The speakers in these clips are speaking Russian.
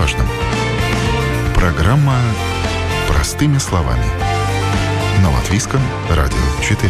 важном. Программа «Простыми словами» на Латвийском радио 4.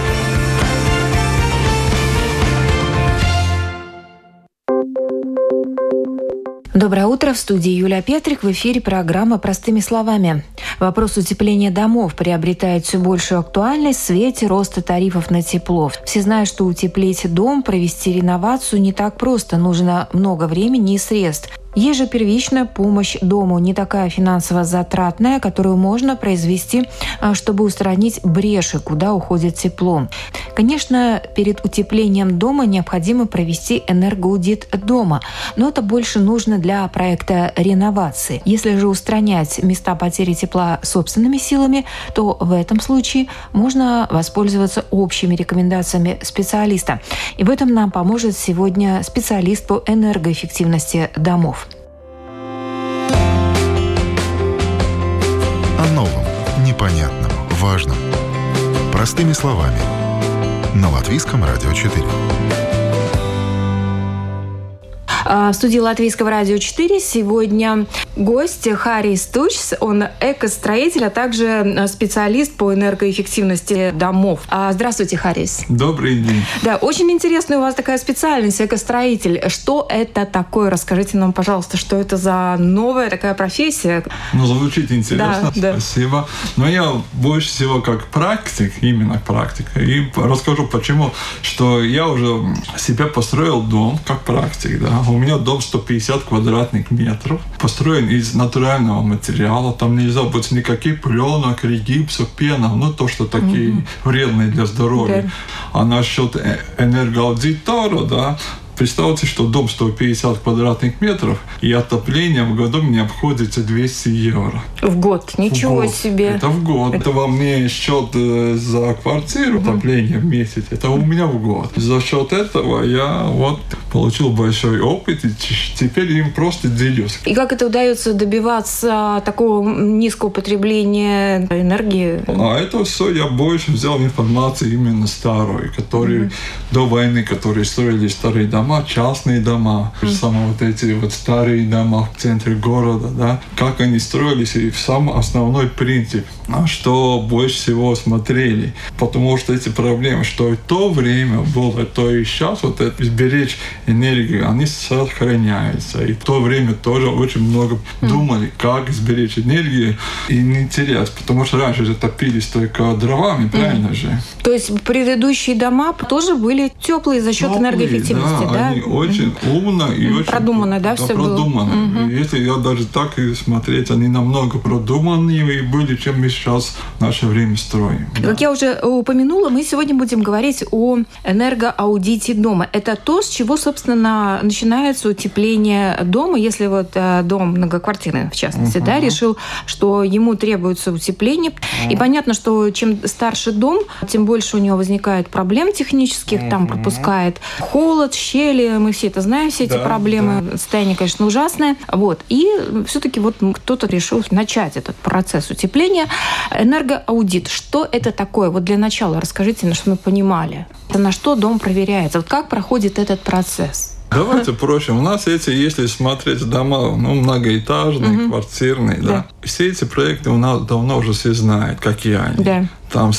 Доброе утро. В студии Юлия Петрик. В эфире программа «Простыми словами». Вопрос утепления домов приобретает все большую актуальность в свете роста тарифов на тепло. Все знают, что утеплить дом, провести реновацию не так просто. Нужно много времени и средств. Есть же первичная помощь дому, не такая финансово затратная, которую можно произвести, чтобы устранить бреши, куда уходит тепло. Конечно, перед утеплением дома необходимо провести энергоаудит дома, но это больше нужно для проекта реновации. Если же устранять места потери тепла собственными силами, то в этом случае можно воспользоваться общими рекомендациями специалиста. И в этом нам поможет сегодня специалист по энергоэффективности домов. О новом, непонятном, важном. Простыми словами. На Латвийском радио 4. В студии Латвийского радио 4 сегодня гость Харис Тучс. Он экостроитель, а также специалист по энергоэффективности домов. Здравствуйте, Харис. Добрый день. Да, очень интересная у вас такая специальность, экостроитель. Что это такое? Расскажите нам, пожалуйста, что это за новая такая профессия? Звучит интересно, да, спасибо. Но я больше всего как практик, именно практик. И расскажу почему. Что я уже себе построил дом как практик, да. У меня дом 150 квадратных метров, построен из натурального материала. Там нельзя быть никаких пленок, гипсов, пенов, то, что такие вредные для здоровья. А насчет энергоаудитора, да, представьте, что дом 150 квадратных метров, и отопление в году мне обходится 200 евро. В год? Ничего себе! Это в год. Это во мне счет за квартиру, отопление в месяц. Это у меня в год. За счет этого я получил большой опыт, и теперь им просто делюсь. И как это удается добиваться такого низкого потребления энергии? А это все я больше взял информации именно старой, которые до войны, которые строили старые дома, частные дома, самые эти старые дома в центре города, да, как они строились, и самый основной принцип, на что больше всего смотрели. Потому что эти проблемы, что в то время было, то и сейчас, это сберечь энергию, они сохраняются. И в то время тоже очень много думали, как сберечь энергию и не терять, потому что раньше же топились только дровами, правильно же? То есть предыдущие дома тоже были теплые за счет энергоэффективности, да? Они очень умно и очень продуманно, да, все продумано. Если я даже так и смотреть, они намного продуманнее были, чем мы сейчас в наше время строим. Как я уже упомянула, мы сегодня будем говорить о энергоаудите дома. Это то, с чего, собственно, начинается утепление дома, если дом многоквартирный, в частности, да, решил, что ему требуется утепление. И понятно, что чем старше дом, тем больше у него возникает проблем технических, там пропускает холод, щели, мы все это знаем, все эти проблемы. Да. Состояние, конечно, ужасное. И все-таки кто-то решил начать этот процесс утепления. Энергоаудит. Что это такое? Для начала расскажите, чтобы мы понимали. На что дом проверяется? Как проходит этот процесс? Давайте проще. У нас если смотреть дома, многоэтажные, квартирные, да, все эти проекты у нас давно уже все знают, какие они. Да. Там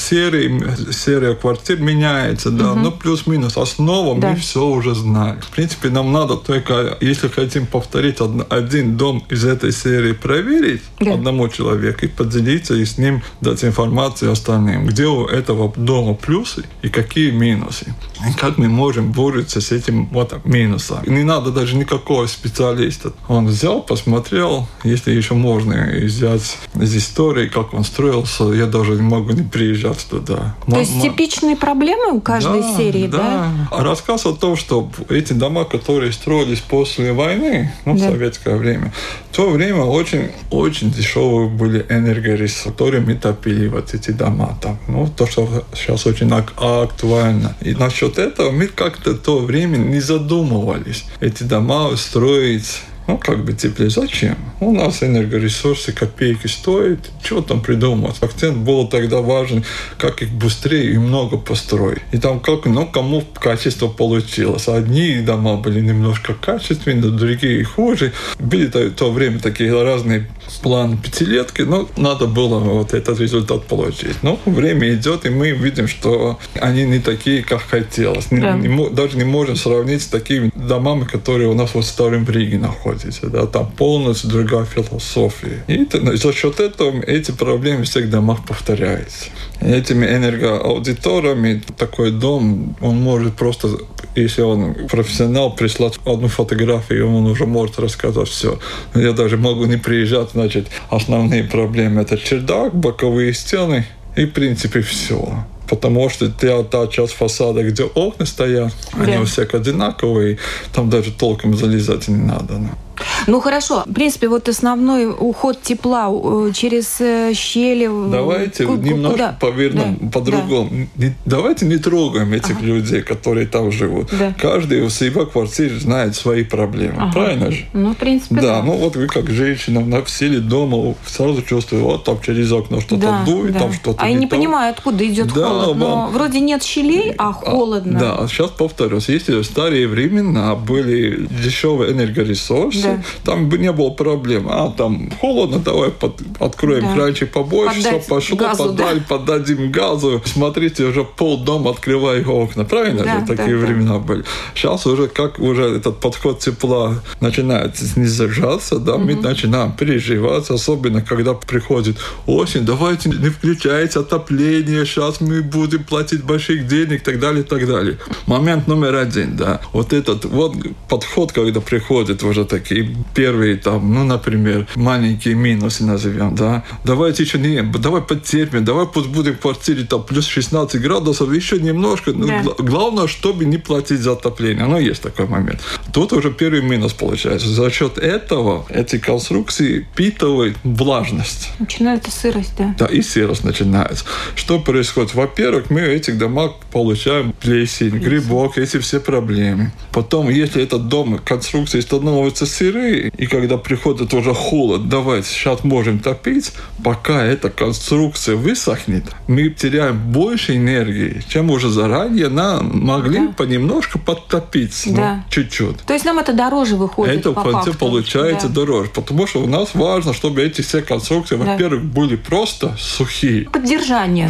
серия квартир меняется, да, но плюс-минус основа мы все уже знаем. В принципе, нам надо только, если хотим повторить один дом из этой серии, проверить одному человеку и поделиться и с ним дать информацию остальным, где у этого дома плюсы и какие минусы. И как мы можем бороться с этим минусом. Не надо даже никакого специалиста. Он взял, посмотрел, если еще можно взять из истории, как он строился, я даже не могу не приезжать туда. То есть типичные проблемы у каждой серии, да? Рассказ о том, что эти дома, которые строились после войны, в советское время, в то время очень дешевые были энергоресурсы, которыми топили эти дома. То, что сейчас очень актуально. И насчет этого мы как-то в то время не задумывались. Эти дома строить теплее. Зачем? У нас энергоресурсы копейки стоят. Чего там придумать? Акцент был тогда важен, как их быстрее и много построить. И там кому качество получилось. Одни дома были немножко качественные, другие хуже. Были в то время такие разные планы пятилетки, но надо было этот результат получить. Но время идет, и мы видим, что они не такие, как хотелось. Да. Даже не можем сравнить с такими домами, которые у нас в Старом Риге находятся. Да? Там полностью другая философия. И за счет этого эти проблемы в всех домах повторяются. Этими энергоаудиторами такой дом, он может просто, если он профессионал, прислать одну фотографию, он уже может рассказать все. Я даже могу не приезжать, значит, основные проблемы – это чердак, боковые стены и, в принципе, все. Потому что та часть фасада, где окна стоят, они у всех одинаковые, там даже толком залезать не надо. Ну хорошо, в принципе, основной уход тепла через щели. Давайте немножко повернем по-другому. Да. Давайте не трогаем этих людей, которые там живут. Да. Каждый в своей квартире знает свои проблемы. Правильно же? Ну, в принципе, да. Вы как женщина в силе дома сразу чувствуете, там через окно что-то дует, там что-то не понимаю, откуда идет холод. Но вроде нет щелей, а холодно. Да, сейчас повторюсь. Если в старые времена были дешевые энергоресурсы, там бы не было проблем. Там холодно, давай откроем кранчик побольше, все пошло, поддадим газу. Смотрите, уже полдома открывай окна. Правильно же? Такие времена были. Сейчас уже этот подход тепла начинает снижаться, мы начинаем переживать, особенно когда приходит осень. Давайте не включайте отопление, сейчас мы будем платить больших денег и так далее, и так далее. Момент номер 1, этот подход, когда приходят уже такие первые, например, маленькие минусы назовем, давайте давай потерпим, давай пусть будем в квартире плюс 16 градусов, еще немножко. Главное, чтобы не платить за отопление. Есть такой момент. Тут уже первый минус получается. За счет этого эти конструкции впитывают влажность. Начинается сырость, Да, и сырость начинается. Что происходит? Во-первых, мы в этих домах получаем плесень, грибок, эти все проблемы. Потом, если этот дом, конструкции становятся сырые, и когда приходит уже холод, давайте сейчас можем топить, пока эта конструкция высохнет, мы теряем больше энергии, чем уже заранее могли понемножку подтопиться. Чуть-чуть. То есть нам это дороже выходит. Это получается дороже, потому что у нас важно, чтобы эти все конструкции, во-первых, были просто сухие. Поддержание,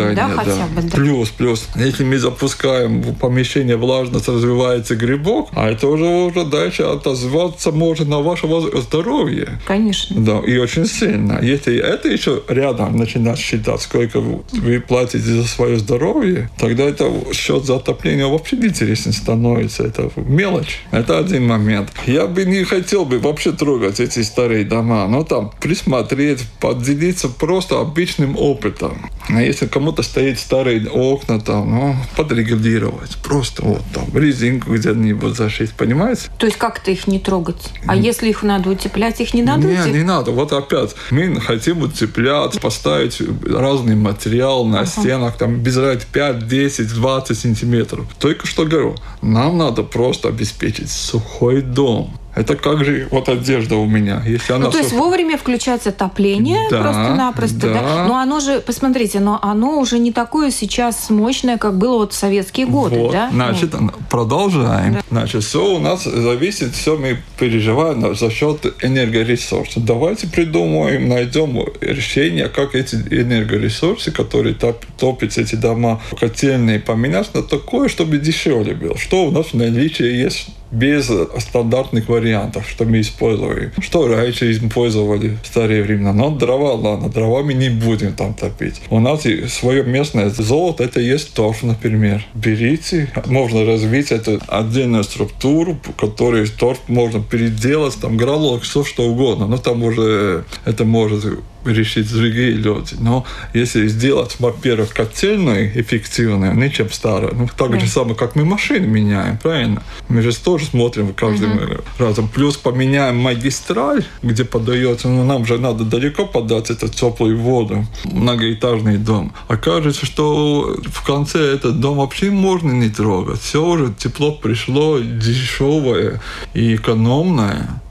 хотя бы. Плюс, если мы запускаем в помещение влажность, развивается грибок, а это уже дальше отозваться может на ваше здоровье. Конечно. Да, и очень сильно. Если это еще рядом начинать считать, сколько вы платите за свое здоровье, тогда это счет за отопление вообще неинтересно становится. Это мелочь. Это один момент. Я бы не хотел вообще трогать эти старые дома, но присмотреть, поделиться просто обычным опытом. А если кому-то стоит старые окна, подрегулировать. Просто резинку где-нибудь зашить, понимаете? То есть как-то их не трогать? А если их надо утеплять, их не надо утеплять? Не надо. Опять. Мы хотим утеплять, поставить разный материал на стенах, без разницы 5, 10, 20 сантиметров. Только что говорю, нам надо просто обеспечить сухой дом. Это как же одежда у меня. Если она то есть вовремя включать отопление просто-напросто. Но оно же, посмотрите, оно уже не такое сейчас мощное, как было в советские годы. Значит, продолжаем. Значит, все у нас зависит, все мы переживаем за счет энергоресурсов. Давайте придумаем, найдем решение, как эти энергоресурсы, которые топят эти дома, котельные, поменять на такое, чтобы дешевле было. Что у нас в наличии есть без стандартных вариантов, что мы используем. Что раньше использовали в старые времена. Дрова, ладно, дровами не будем там топить. У нас свое местное золото, это есть торф, например. Берите, можно развить эту отдельную структуру, которую торф можно переделать, гролок, все что угодно. Но там уже это может решить другие люди. Но если сделать, во-первых, котельную эффективную, не чем старую, так же самое, как мы машины меняем, правильно? Мы же тоже смотрим каждым разом. Плюс поменяем магистраль, где подается, нам же надо далеко подать эту теплую воду, многоэтажный дом. Окажется, что в конце этот дом вообще можно не трогать. Все уже тепло пришло, дешевое и экономное.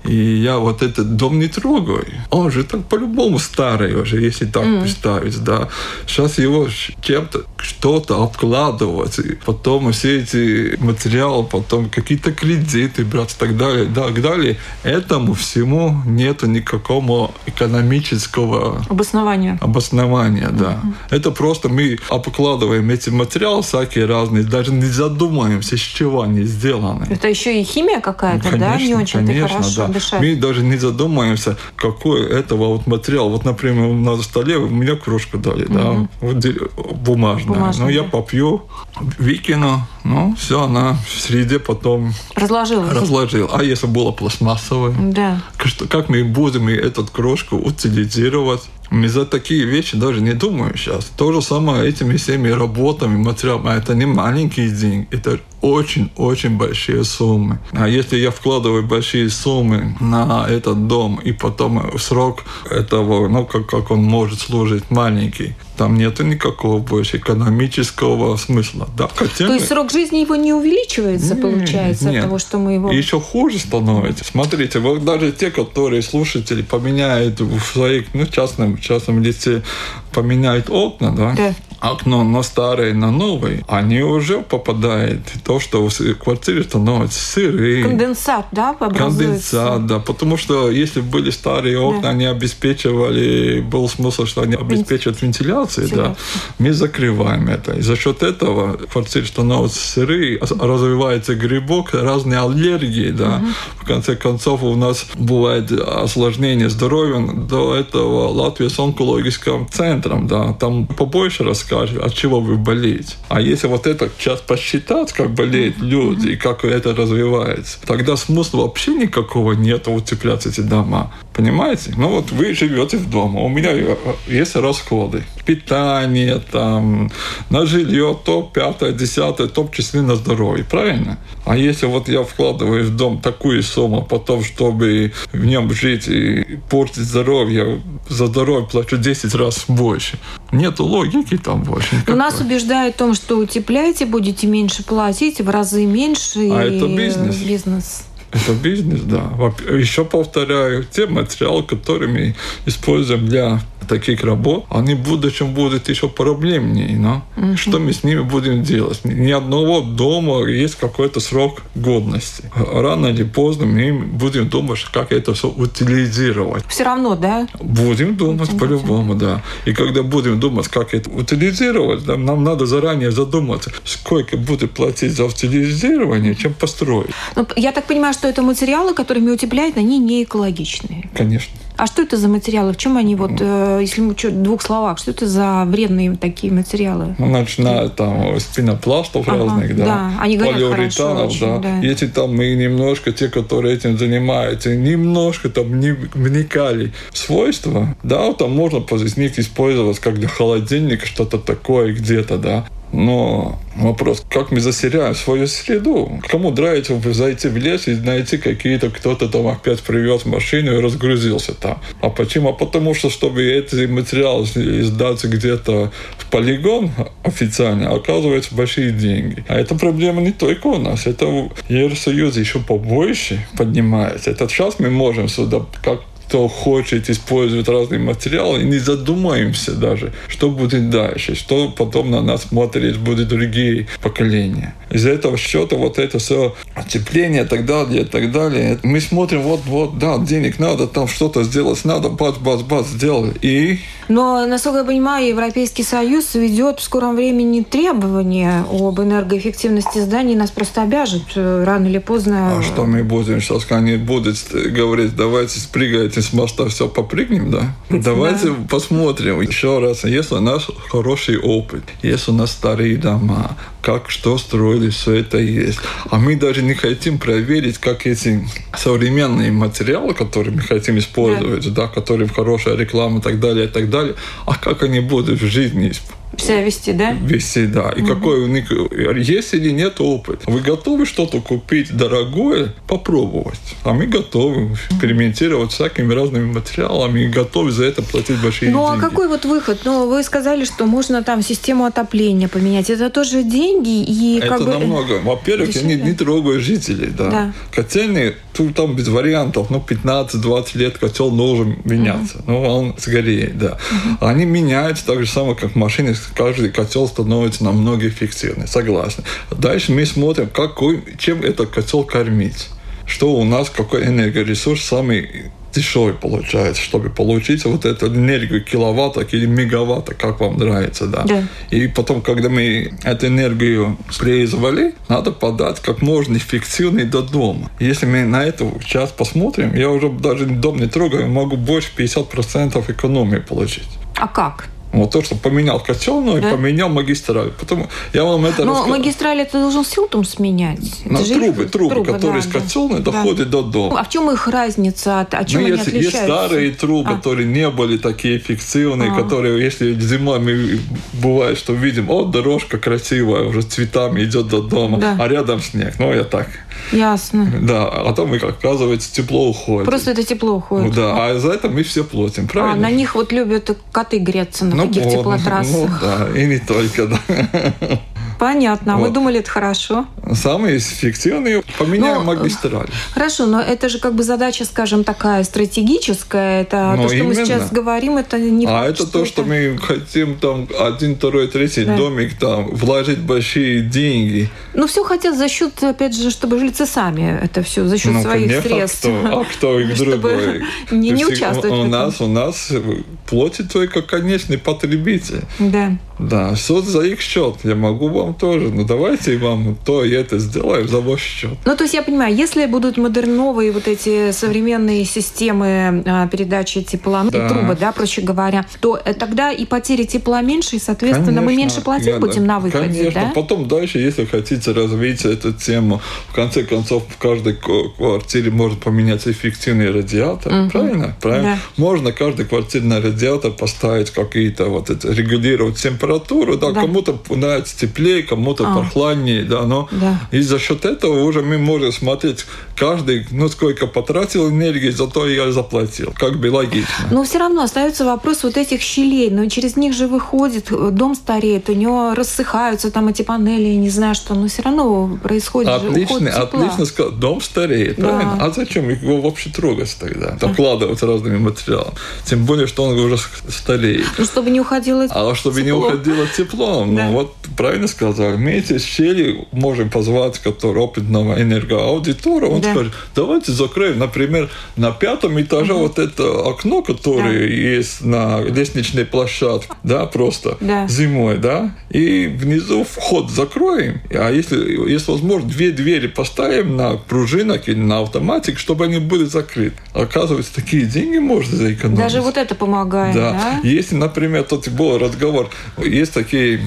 И я вот этот дом не трогаю. Он же так по-любому старый уже, если так представить, да. Сейчас его чем-то что-то обкладывать, и потом все эти материалы, потом какие-то кредиты брать и так далее, так далее. Этому всему нету никакого экономического обоснования, да. Это просто мы обкладываем эти материалы всякие разные, даже не задумаемся, с чего они сделаны. Это еще и химия какая-то, конечно, да? Не очень хорошо дышать. Мы даже не задумаемся, какой этого вот материал. Вот, например, на столе у меня кружку дали, да, вот бумажная. Ну, я попью, выкину, все, она в среде потом разложила. А если было пластмассовое? Да. Как мы будем эту кружку утилизировать? Мы за такие вещи даже не думаем сейчас. То же самое этими всеми работами, материалами. Это не маленькие деньги, это очень-очень большие суммы. А если я вкладываю большие суммы на этот дом, и потом срок этого, как он может служить, маленький, там нету никакого больше экономического смысла. Да, то есть срок жизни его не увеличивается, получается, от того, что мы его... И еще хуже становится. Смотрите, вот даже те, которые слушатели поменяют в своих, частном лице, поменяют окна, да? Окно на старое, на новое, они уже попадают в то, что в квартире становятся сырые. Конденсат, да, образуется? Конденсат, да, потому что если были старые окна, они обеспечивали, был смысл, что они обеспечивают вентиляцию, да, мы закрываем это. И за счет этого в квартире становятся сырые, развивается грибок, разные аллергии, да. В конце концов, у нас бывает осложнение здоровья. До этого Латвия с онкологическим центром, да, там побольше расскажут, от чего вы болеете. А если вот это сейчас посчитать, как болеют люди и как это развивается, тогда смысла вообще никакого нет утеплять эти дома. Понимаете? Вот вы живете в доме, у меня есть расходы. Питание, там, на жилье, то 5-е, 10-е, в том числе на здоровье. Правильно? А если вот я вкладываю в дом такую сумму, потом, чтобы в нем жить и портить здоровье, за здоровье плачу 10 раз больше. Нету логики там больше никакой. Нас убеждают в том, что утепляете, будете меньше платить, в разы меньше. А это бизнес. Это бизнес, да. Еще повторяю, те материалы, которые мы используем для таких работ, они в будущем будут еще проблемнее. Но что мы с ними будем делать? Ни одного дома есть какой-то срок годности. Рано или поздно мы будем думать, как это все утилизировать. Все равно, да? Будем думать по-любому, да. И когда будем думать, как это утилизировать, да, нам надо заранее задуматься, сколько будет платить за утилизирование, чем построить. Я так понимаю, что это материалы, которыми утепляют, они не экологичные. Конечно. А что это за материалы? В чем они, если мы в двух словах, что это за вредные такие материалы? Начиная там с пенопластов разных, да, они горят хорошо, да. Если там мы немножко, те, которые этим занимаются, немножко там не вникали в свойства, да, там можно из них использовать как для холодильника что-то такое где-то, да. Но вопрос, как мы заселяем свою среду? Кому нравится зайти в лес и найти кто-то там опять привез машину и разгрузился там? А почему? А потому что, чтобы эти материалы сдать где-то в полигон официально, оказывается большие деньги. А эта проблема не только у нас. Это в Евросоюзе еще побольше поднимается. Это сейчас мы можем сюда кто хочет использовать разные материалы, и не задумаемся даже, что будет дальше, что потом на нас смотреть будут другие поколения. Из-за этого счета вот это все отепление и так далее. Мы смотрим, да, денег надо, там что-то сделать надо, бац, сделали. Но, насколько я понимаю, Европейский Союз введет в скором времени требования об энергоэффективности зданий, нас просто обяжут рано или поздно. А что мы будем сейчас, они будут говорить, давайте спрыгайте с моста, все попрыгнем, да? Давайте посмотрим еще раз, если у нас хороший опыт, если у нас старые дома, что строили, все это есть. А мы даже не хотим проверить, как эти современные материалы, которые мы хотим использовать, да, которые хорошая реклама и так далее, а как они будут в жизни себя вести, да? Вести, да. И какой у них есть или нет опыт. Вы готовы что-то купить дорогое, попробовать? А мы готовы экспериментировать всякими разными материалами и готовы за это платить большие деньги. А какой вот выход? Вы сказали, что можно там систему отопления поменять. Это тоже деньги и это намного. Во-первых, я не трогаю жителей, да. Котельные, там без вариантов, 15-20 лет котел должен меняться. Он сгореет, да. Они меняются так же самое, как машины. Каждый котел становится намного эффективнее. Согласен. Дальше мы смотрим, чем этот котел кормить. Что у нас, какой энергоресурс самый дешевый получается, чтобы получить вот эту энергию киловатта или мегаватта, как вам нравится, да. И потом, когда мы эту энергию произвели, надо подать как можно эффективнее до дома. Если мы на это сейчас посмотрим, я уже даже дом не трогаю, могу больше 50% экономии получить. А как? Вот то, что поменял котельную, поменял магистраль. Потом я вам это рассказал. Но магистраль это должен Силтум сменять. Трубы, которые из котельной доходят до дома. А в чем их разница? От чем они отличаются? Есть старые трубы, которые не были такие эффективные, которые, если зимой мы бывает, что видим, дорожка красивая, уже цветами идет до дома, а рядом снег. Я так. Ясно. Да, а там, оказывается, тепло уходит. Просто это тепло уходит. Да, а за это мы все платим, правильно? На них любят коты греться на таких теплотрассах. Да, и не только, да. Понятно. Вы думали, это хорошо? Самые эффективные поменяем магистраль. Хорошо, но это же задача, скажем, такая стратегическая. Это то, что мы сейчас говорим, это не факт. А это то, что мы хотим там 1, 2, 3 домик там вложить большие деньги. Все хотят за счет, опять же, чтобы жильцы сами это все за счет своих средств. Кто их другой? Не участвовать. У нас платит только конечный потребитель. Да, все за их счет. Я могу вам тоже. Давайте вам то и это сделаем за ваш счет. То есть я понимаю, если будут модерновые вот эти современные системы передачи тепла, трубы, проще говоря, то тогда и потери тепла меньше, и, соответственно, мы меньше платить будем на выходе. Конечно. Да? Потом дальше, если хотите развить эту тему, в конце концов, в каждой квартире может поменяться эффективный радиатор. Правильно? Да. Можно каждый квартирный радиатор поставить какие-то регулировать температуру. Да. Кому-то нравится теплее, кому-то прохладнее. И за счет этого уже мы можем смотреть каждый, сколько потратил энергии, зато я заплатил. Как бы логично. Но все равно остается вопрос этих щелей. Но через них же выходит, дом стареет, у него рассыхаются там эти панели, не знаю что, но все равно происходит уход тепла. Отлично сказал. Дом стареет, правильно? А зачем его вообще трогать тогда? Обкладывать разными материалами. Тем более, что он уже стареет. Чтобы не уходило тепло. Чтобы не уходило тепло. Правильно сказали. Мы эти щели можем позвать опытного энергоаудитора. Он скажет, давайте закроем, например, на 5-м этаже это окно, которое есть на лестничной площадке, просто зимой, и внизу вход закроем, а если есть возможность, 2 двери поставим на пружинах или на автоматик, чтобы они были закрыты. Оказывается, такие деньги можно заэкономить. Даже это помогает, да? Если, например, тут был разговор, есть такие,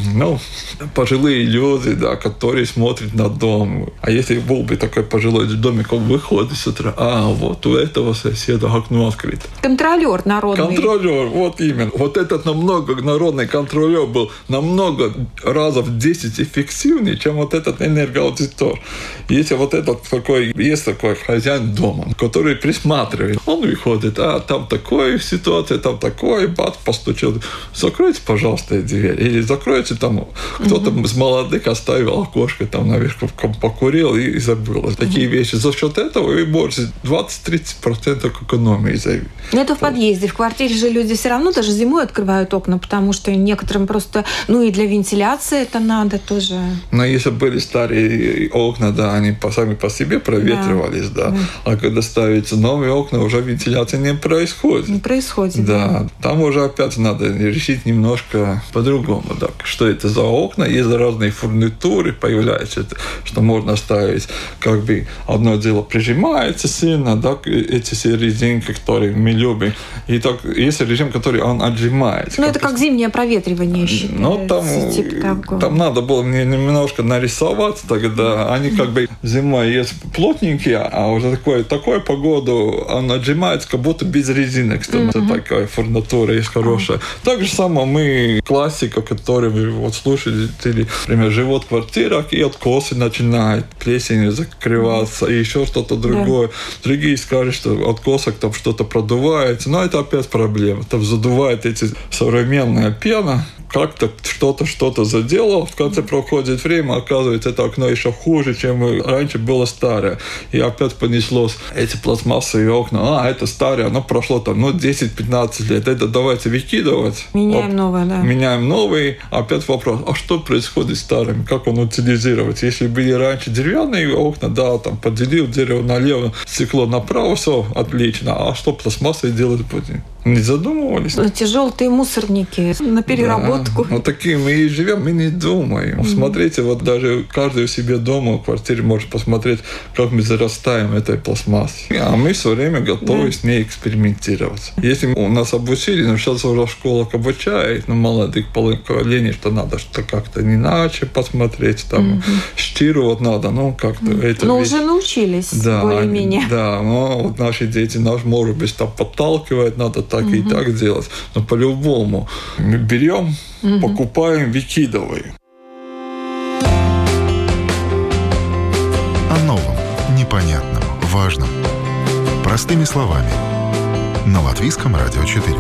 пожилые люди, которые смотрят на дом. А если был бы такой пожилой домик, он выходит с утра, у этого соседа окно открыто. Контролер народный. Контролер, именно. Этот народный контролер был намного разов 10 эффективнее, чем этот энергоаудитор. Если есть такой хозяин дома, который присматривает, он выходит, там такая ситуация, там такое, постучал. Закройте, пожалуйста, дверь. Или закройте кто-то из молодых оставил окошко наверху, покурил и забыл. Такие вещи. За счет этого вы можете 20-30% экономии заявить. Это в подъезде. В квартире же люди все равно даже зимой открывают окна, потому что некоторым просто, и для вентиляции это надо тоже. Но если были старые окна, они сами по себе проветривались, а когда ставятся новые окна, уже вентиляция не происходит. Не происходит. Да. Там уже опять надо решить немножко по-другому. Что это за окна? Есть разные фурнитуры, появляются, что можно ставить, одно дело прижимается сильно, эти все резинки, которые мы любим, и есть режим, который он отжимается. Это как зимнее проветривание считается. Там надо было мне немножко нарисовать, тогда они зимой есть плотненькие, а уже такую погоду он отжимается, как будто без резинок, что такая фурнитура. температура есть хорошая. Так же самое мы, классика, который вы вот слушаете, например, живут в квартирах, и откосы начинают, плесень закрываться, и еще что-то другое. Другие скажут, что откосок там что-то продувается, но это опять проблема. Там задувает эти современная пена, как-то что-то заделало, в конце проходит время, оказывается, это окно еще хуже, чем раньше было старое. И опять понеслось эти пластмассовые окна. Это старое, оно прошло там, 10-15 лет. Это давайте выкидывать. Меняем новое, да. Меняем новые. Опять вопрос, что происходит с старым? Как он утилизировать? Если были раньше деревянные окна, да, там поделил дерево налево, стекло направо, все отлично. А что пластмассой делать будем? Не задумывались? Эти желтые мусорники на переработку. Да. Такие мы и живем, мы не думаем. Смотрите, вот даже каждый у себя дома, в квартире может посмотреть, как мы зарастаем этой пластмассой. А мы все время готовы с ней экспериментировать. Если у нас обучили, сейчас уже в школах обучают, молодых поколений, что надо что как-то иначе посмотреть, там, штировать надо, как-то это. Но уже научились, более-менее. Да, но вот наши дети, может быть, там подталкивают, надо так и так делать. Но по-любому мы берем, покупаем, выкидываем. О новом, непонятном, важном. Простыми словами. На Латвийском радио 4.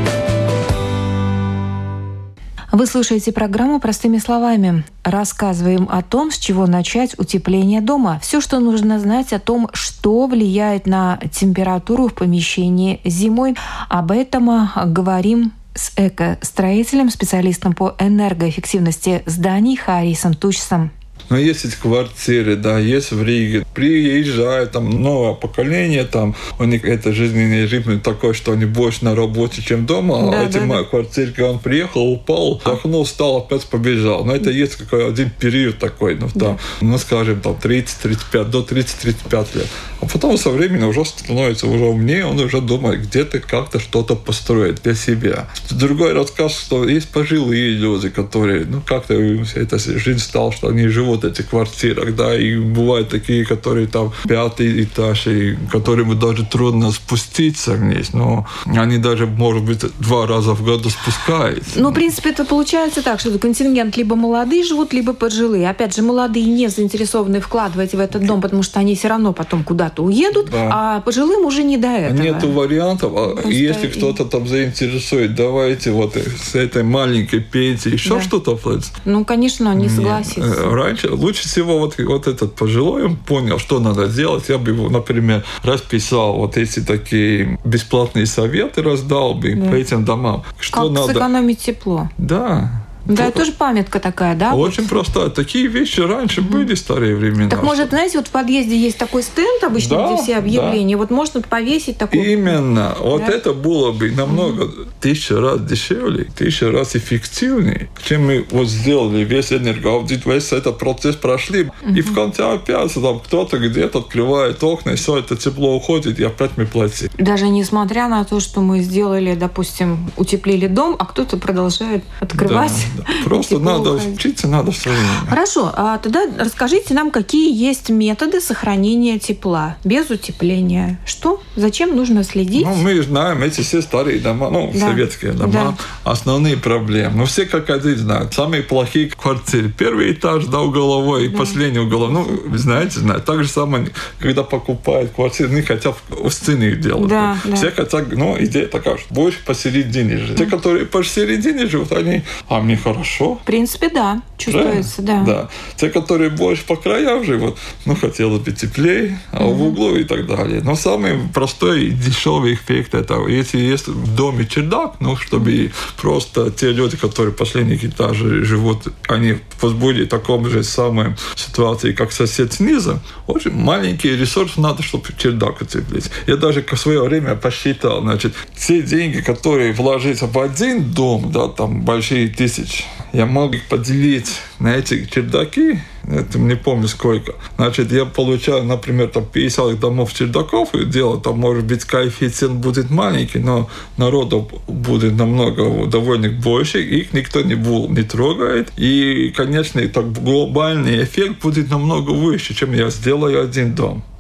Вы слушаете программу «Простыми словами». Рассказываем о том, с чего начать утепление дома. Все, что нужно знать о том, что влияет на температуру в помещении зимой. Об этом говорим с экостроителем, специалистом по энергоэффективности зданий Харисом Тучсом. Но есть эти квартиры, да, есть в Риге. Приезжает там новое поколение, там у них это жизненный ритм такой, что они больше на работе, чем дома. А эти мои квартирки, он приехал, упал, вдохнул, встал, опять побежал. Но это есть какой один период такой, скажем, там 30-35, до 30-35 лет. А потом со временем уже становится уже умнее, он уже думает, где-то как-то что-то построить для себя. Другой рассказ, что есть пожилые люди, которые, как-то эта жизнь стала, что они живут в этих квартирах, да, и бывают такие, которые там 5-й этаж, и которым даже трудно спуститься вниз, но они даже, может быть, 2 раза в году спускаются. В принципе, это получается так, что контингент либо молодые живут, либо пожилые. Опять же, молодые не заинтересованы вкладывать в этот дом, потому что они все равно потом куда-то уедут, а пожилым уже не до этого. Нету вариантов. Если кто-то там заинтересует, давайте вот с этой маленькой пенсией еще что-то платить. Конечно, не согласится. Раньше лучше всего вот этот пожилой, он понял, что надо делать. Я бы его, например, расписал вот эти такие бесплатные советы, раздал бы по этим домам. Что надо сэкономить тепло. Да. Да, это тоже памятка такая, да? Очень простая. Такие вещи раньше были в старые времена. Так, может, знаете, вот в подъезде есть такой стенд обычно, где все объявления. Вот можно повесить такой. Именно. Вот это было бы намного 1000 раз дешевле, 1000 раз эффективнее, чем мы вот сделали весь энергоаудит, весь этот процесс прошли. И в конце опять там кто-то где-то открывает окна, и все это тепло уходит, и опять мы платим. Даже несмотря на то, что мы сделали, допустим, утеплили дом, а кто-то продолжает открывать. Да. Просто надо учиться, надо все время. Хорошо, а тогда расскажите нам, какие есть методы сохранения тепла без утепления. Что? Зачем нужно следить? Мы знаем эти все старые дома, советские дома, основные проблемы. Все как один знают. Самые плохие квартиры. 1-й этаж, угловой, и последний угловой. Вы знаете. Так же самое, когда покупают квартиры, они хотят в стены их делать. Все хотят, идея такая, что больше посередине жить. Те, которые посередине живут, они, мне хорошо. В принципе, да. Чувствуется, да. Те, которые больше по краям живут, хотелось бы теплее, а в углу и так далее. Но самый простой и дешевый эффект это, если есть в доме чердак, чтобы просто те люди, которые в последних этажах живут, они возбудили в таком же самой ситуации, как сосед снизу, очень маленький ресурс надо, чтобы чердак утеплить. Я даже в свое время посчитал, все деньги, которые вложить в один дом, там большие тысячи, я мог их поделить на эти чердаки, это не помню сколько. Я получаю, например, 50 домов чердаков и делаю, может быть, коэффициент будет маленький, но народу будет намного довольных больше, их никто не трогает, и, конечно, глобальный эффект будет намного выше, чем я сделаю один дом.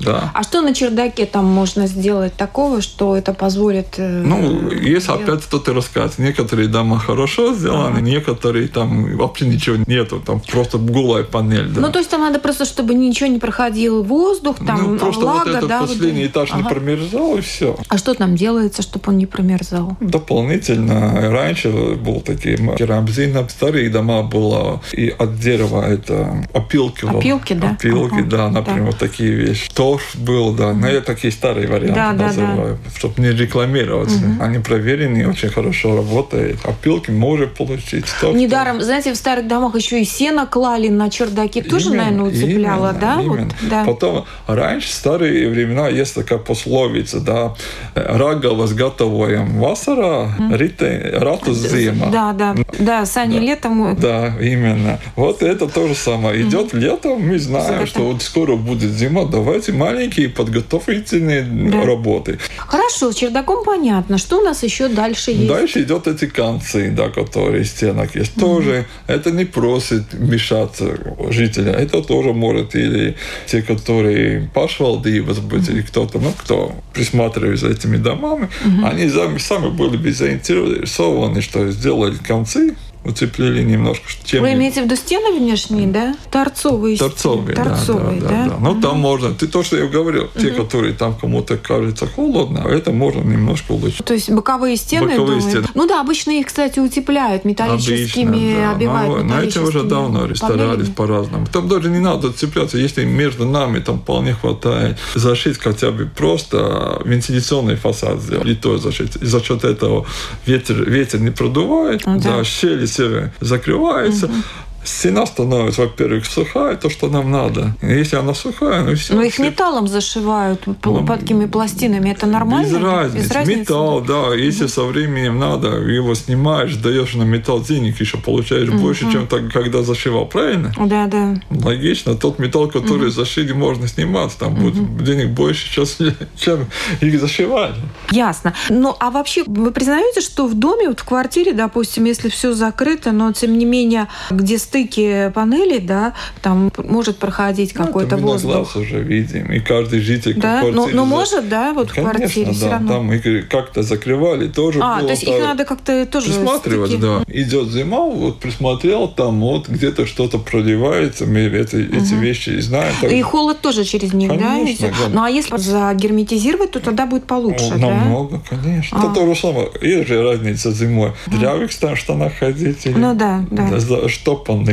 Да. А что на чердаке там можно сделать такого, что это позволит... Есть опять кто-то рассказывает. Некоторые дома хорошо сделаны, некоторые там вообще ничего нету, там просто голая панель. Да. То есть там надо просто, чтобы ничего не проходил воздух, там просто влага, вот этот последний этаж не промерзал, и все. А что там делается, чтобы он не промерзал? Дополнительно раньше был такие керамзин, старые дома было, и от дерева это опилки. Опилки, да? Опилки, да, например, вот такие вещи. Торф был, да, но я такие старые варианты называю, чтобы не рекламировать. Они проверены, очень хорошо работают. Опилки можно получить. Недаром, знаете, в старых домах еще и сено клали на чердаке, тоже, наверное, уцепляло, да? Именно. Вот, да? Потом, раньше, в старые времена, есть такая пословица, да, рагавas gatavojaam vasarā, ratus ziemā. Да, сани летом. Да, именно. Вот это то же самое. Идет лето, мы знаем, что вот скоро будет зима, давайте маленькие подготовительные работы. Хорошо, с чердаком понятно. Что у нас еще дальше есть? Дальше идет эти концы, да, которые в стенах есть. Тоже это не просит мешаться жителя. Это тоже может или те, которые пашвалдības быть, или кто-то, кто присматривает за этими домами, они сами были бы заинтересованы, что сделать концы, уцепили немножко. Вы имеете в виду стены внешние, да? Торцовые, да. Ну, там можно. То, что я говорил, те, которые там кому-то кажется холодно, это можно немножко улучшить. То есть боковые стены? Стены. Обычно их, кстати, утепляют металлическими, обивают металлическими. На этим уже давно старались по-разному. Там даже не надо цепляться. Если между нами там вполне хватает зашить хотя бы просто вентиляционный фасад сделать, и то зашить. И за счет этого ветер не продувает, щели закрывается. Стена становится, во-первых, сухая, то, что нам надо. Если она сухая, все. Но их металлом зашивают, такими пластинами. Это нормально? Без разницы. Металл, да. Если со временем надо, его снимаешь, даешь на металл денег, еще получаешь больше, чем когда зашивал. Правильно? Да. Логично. Тот металл, который зашили, можно снимать. Там будет денег больше сейчас, чем их зашивали. Ясно. А вообще, вы признаете, что в доме, в квартире, допустим, если все закрыто, но тем не менее, где стыки панелей, да, там может проходить какой-то воздух. Мы на глаз уже видим, и каждый житель квартиры... может, да, вот конечно, в квартире все равно. Там их как-то закрывали, тоже было... то есть их надо как-то тоже... Присматривать, стыки. да. Идет зима, вот присмотрел, там вот где-то что-то проливается, мы эти вещи знаем. И холод тоже через них, конечно, да? Ну, а если загерметизировать, то тогда будет получше, да? Намного, конечно. Это то же самое. Есть же разница зимой. В дрявых штанах ходить или... да. Штопанных.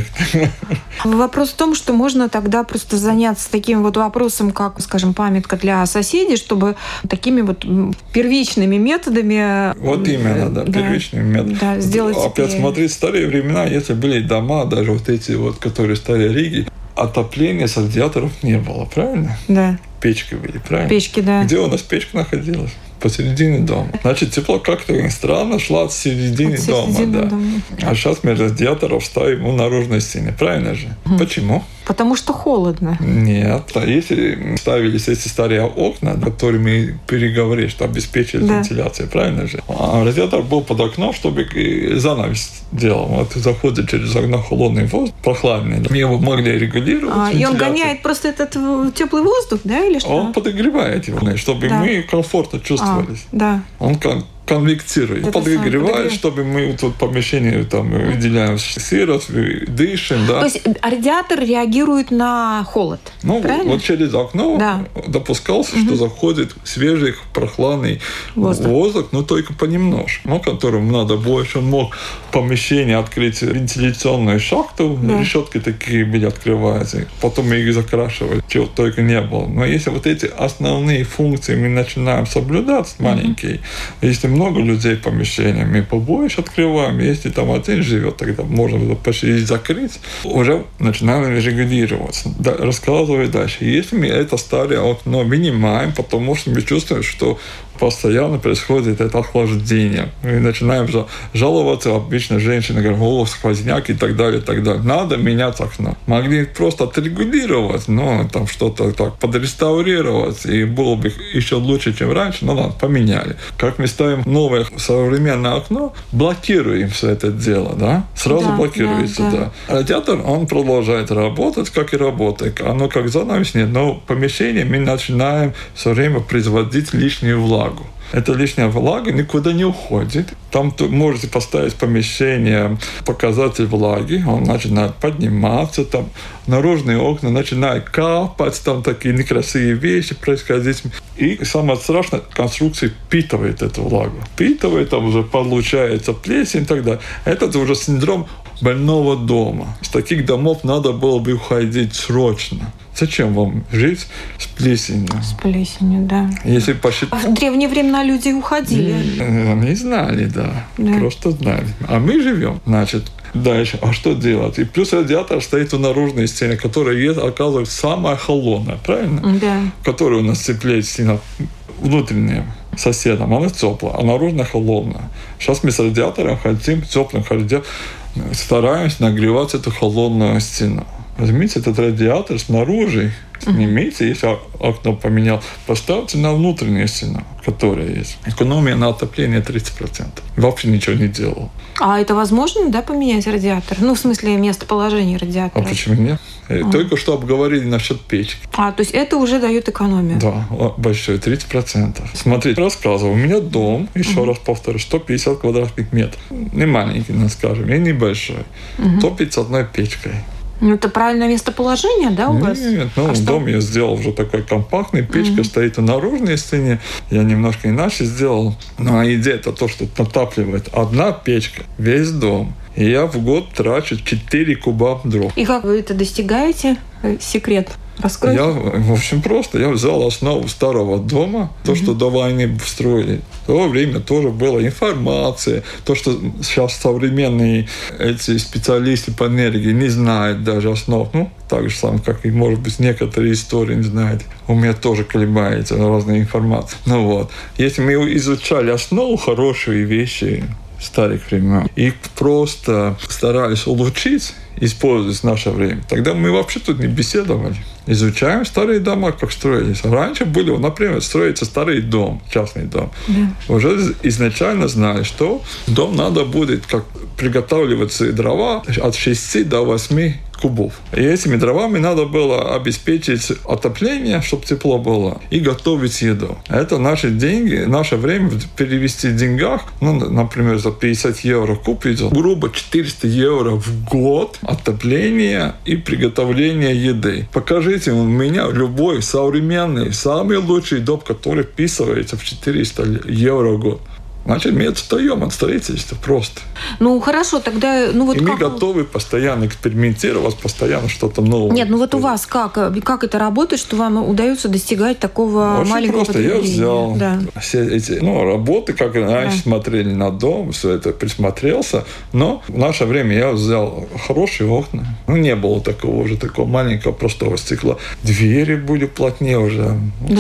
Вопрос в том, что можно тогда просто заняться таким вот вопросом, как, скажем, памятка для соседей, чтобы такими вот первичными методами... Вот именно, да, первичными методами. Да, сделать... Опять смотри, в старые времена, если были дома, даже вот эти вот, которые стали Риги, отопления с радиаторов не было, правильно? Да. Печки были, правильно? Печки, да. Где у нас печка находилась? Посередине дома. Значит, тепло как-то странно шло от середины дома. А сейчас мы радиаторов ставим у наружной стены. Правильно же? Почему? Потому что холодно. Нет. Если ставились эти старые окна, которые мы переговорили, что обеспечили вентиляцию, правильно же? А радиатор был под окном, чтобы занавес делал. Вот заходит через окно холодный воздух, прохладный. Мы его могли регулировать. И он гоняет просто этот теплый воздух, да, или что? Он подогревает его, чтобы мы комфортно чувствовались. Он конвектирует, подогревает, чтобы мы тут в помещении выделяем сырость, дышим. Да. То есть радиатор реагирует на холод, правильно? Вот через окно допускался, что заходит свежий, прохладный воздух, но только понемножку, которому надо больше. Он мог в помещении открыть вентиляционную шахту, решетки такие были открываются, потом мы их закрашивали, чего только не было. Но если вот эти основные функции мы начинаем соблюдать, маленькие, если много людей в помещении, мы побольше открываем. Если там один живет, тогда можно почти закрыть. Уже начинаем регулироваться. Рассказываю дальше. Если мы это старое окно вынимаем, потому что мы чувствуем, что постоянно происходит это охлаждение. Мы начинаем жаловаться, обычно женщины говорят, сквозняк и так далее, и так далее. Надо менять окно. Могли просто отрегулировать, но там что-то так подреставрировать, и было бы еще лучше, чем раньше, но ладно, поменяли. Как мы ставим новое современное окно, блокируем все это дело, да? Сразу блокируется, да. Радиатор, он продолжает работать, как и работает. Оно как занавес нет, но в помещении мы начинаем все время производить лишнюю влагу. Эта лишняя влага никуда не уходит. Там можете поставить в помещение показатель влаги, он начинает подниматься, там наружные окна начинают капать, там такие некрасивые вещи происходить. И самое страшное, конструкция впитывает эту влагу. Впитывает, там уже получается плесень и так далее. Это уже синдром больного дома. С таких домов надо было бы уходить срочно. Зачем вам жить с плесенью? С плесенью, да. Если в древние времена люди уходили. Они знали, да. Просто знали. А мы живем, значит, дальше. А что делать? И плюс радиатор стоит в наружной стене, которая есть, оказывается, самая холодная, правильно? Да. Которая у нас теплее стена внутренняя соседом. Она теплая, а наружная холодная. Сейчас мы с радиатором хотим теплым ходить, стараемся нагревать эту холодную стену. Возьмите этот радиатор снаружи, снимите, если окно поменял, поставьте на внутреннюю стену, которая есть. Экономия на отопление 30%. Вообще ничего не делал. А это возможно, да, поменять радиатор? Ну, в смысле, местоположение радиатора. А почему нет? Только что обговорили насчет печки. То есть это уже дает экономию? Да, большой, 30%. Смотрите, рассказываю, у меня дом, еще раз повторю, 150 квадратных метров. Не маленький, скажем, и небольшой. Топить с одной печкой. Это правильное местоположение, да, у вас? Нет, дом я сделал уже такой компактный, печка стоит в наружной стене, я немножко иначе сделал. Но идея это то, что натапливает одна печка, весь дом. И я в год трачу 4 куба дров. И как вы это достигаете? Секрет. Раскройте. В общем, просто. Я взял основу старого дома, то, что до войны строили. В то время тоже была информация. То, что сейчас современные эти специалисты по энергии не знают даже основ. Так же самое, как и, может быть, некоторые истории не знают. У меня тоже колебается разная информация. Если мы изучали основу, хорошие вещи старых времен, и просто старались улучшить, использовать в наше время, тогда мы вообще тут не беседовали. Изучаем старые дома, как строились. Раньше были, например, строится старый дом, частный дом. Да. Уже изначально знали, что дом надо будет как приготавливаться дрова от 6 до 8 кубов. И этими дровами надо было обеспечить отопление, чтобы тепло было, и готовить еду. Это наши деньги, наше время перевести в деньгах, например, за 50 евро куб идет, грубо 400 евро в год отопление и приготовление еды. Покажите у меня любой современный, самый лучший дом, который вписывается в 400 евро в год. Значит, мы отстаем от строительства просто. Хорошо, тогда... И мы готовы постоянно экспериментировать, постоянно что-то новое. Нет, у вас как это работает, что вам удается достигать такого маленького потребления? Очень просто. Я взял все эти работы, как раньше смотрели на дом, все это присмотрелся. Но в наше время я взял хорошие окна. Не было такого маленького простого стекла. Двери были плотнее уже.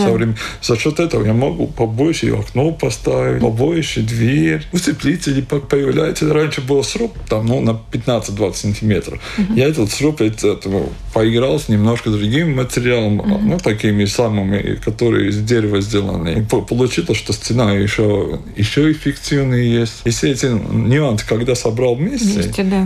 За счет этого я могу побольше окно поставить, побольше дверь, утеплители появляются. Раньше был сруб там, на 15-20 сантиметров. Я этот сруб поиграл с немножко другим материалом, такими самыми, которые из дерева сделаны. И получилось, что стена еще эффективная есть. И все эти нюансы, когда собрал вместе,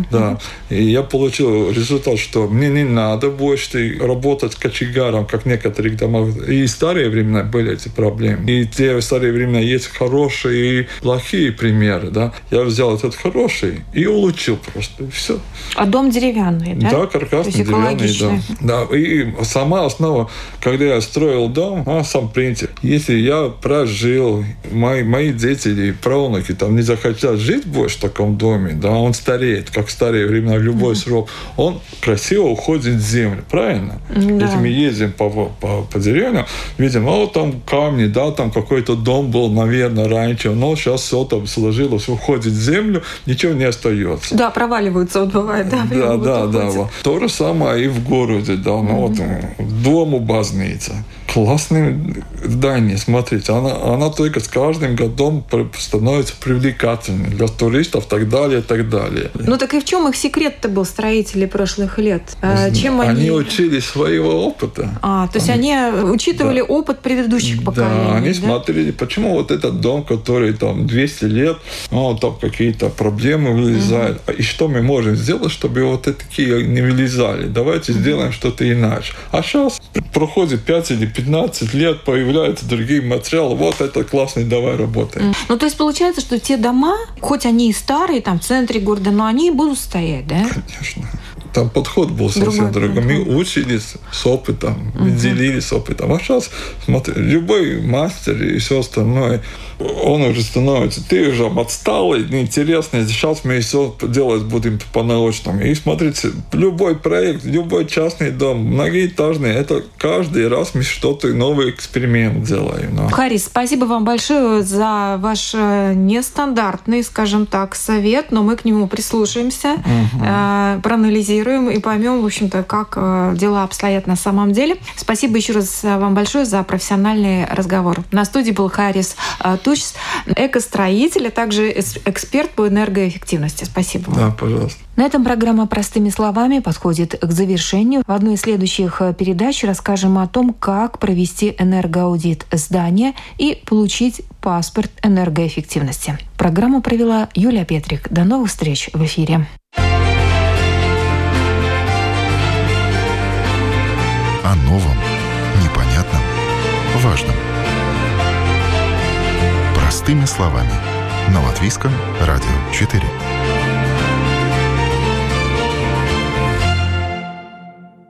и я получил результат, что мне не надо больше работать кочегаром, как в некоторых домах. И в старые времена были эти проблемы. И те старые времена есть хорошие и плохие примеры. Да? Я взял этот хороший и улучшил просто. И все. А дом деревянный, да? Да, каркасный деревянный дом. Да. И сама основа, когда я строил дом, сам принцип. Если я прожил, мои дети или правнуки не захотят жить больше в таком доме, да, он стареет, как в старые времена, любой срок, он красиво уходит в землю, правильно? Да. Если мы ездим по деревням, видим, там камни, да, там какой-то дом был, наверное, раньше, но сейчас все там сложилось, уходит в землю, ничего не остается. Да, проваливаются, бывает, да. Да. То же самое и в городе, да, дому базница. классное здание, смотрите. Она только с каждым годом становится привлекательной для туристов и так далее, и так далее. Ну так и в чем их секрет-то был, строителей прошлых лет? Чем они учились своего опыта. То есть они учитывали опыт предыдущих поколений. Да, они смотрели, почему вот этот дом, который там 200 лет, там какие-то проблемы вылезают. И что мы можем сделать, чтобы вот такие не вылезали? Давайте сделаем что-то иначе. А сейчас проходит 5 или 15 лет, появляются другие материалы. Вот это классный, давай работаем. Ну, то есть получается, что те дома, хоть они и старые, там в центре города, но они будут стоять, да? Конечно. Там подход был совсем другой. Мы учились с опытом, мы делились опытом. А сейчас, смотри, любой мастер и все остальное, он уже становится, ты уже отсталый, неинтересный, сейчас мы все делать будем по-научному. И смотрите, любой проект, любой частный дом, многоэтажный, это каждый раз мы что-то новый эксперимент делаем. Харис, спасибо вам большое за ваш нестандартный, скажем так, совет, но мы к нему прислушаемся, проанализируем и поймем, в общем-то, как дела обстоят на самом деле. Спасибо еще раз вам большое за профессиональный разговор. На студии был Харис Тучс, экостроитель, а также эксперт по энергоэффективности. Спасибо вам. Да, пожалуйста. На этом программа «Простыми словами» подходит к завершению. В одной из следующих передач расскажем о том, как провести энергоаудит здания и получить паспорт энергоэффективности. Программу провела Юлия Петрик. До новых встреч в эфире. О новом, непонятном, важном. Простыми словами. На Латвийском радио 4.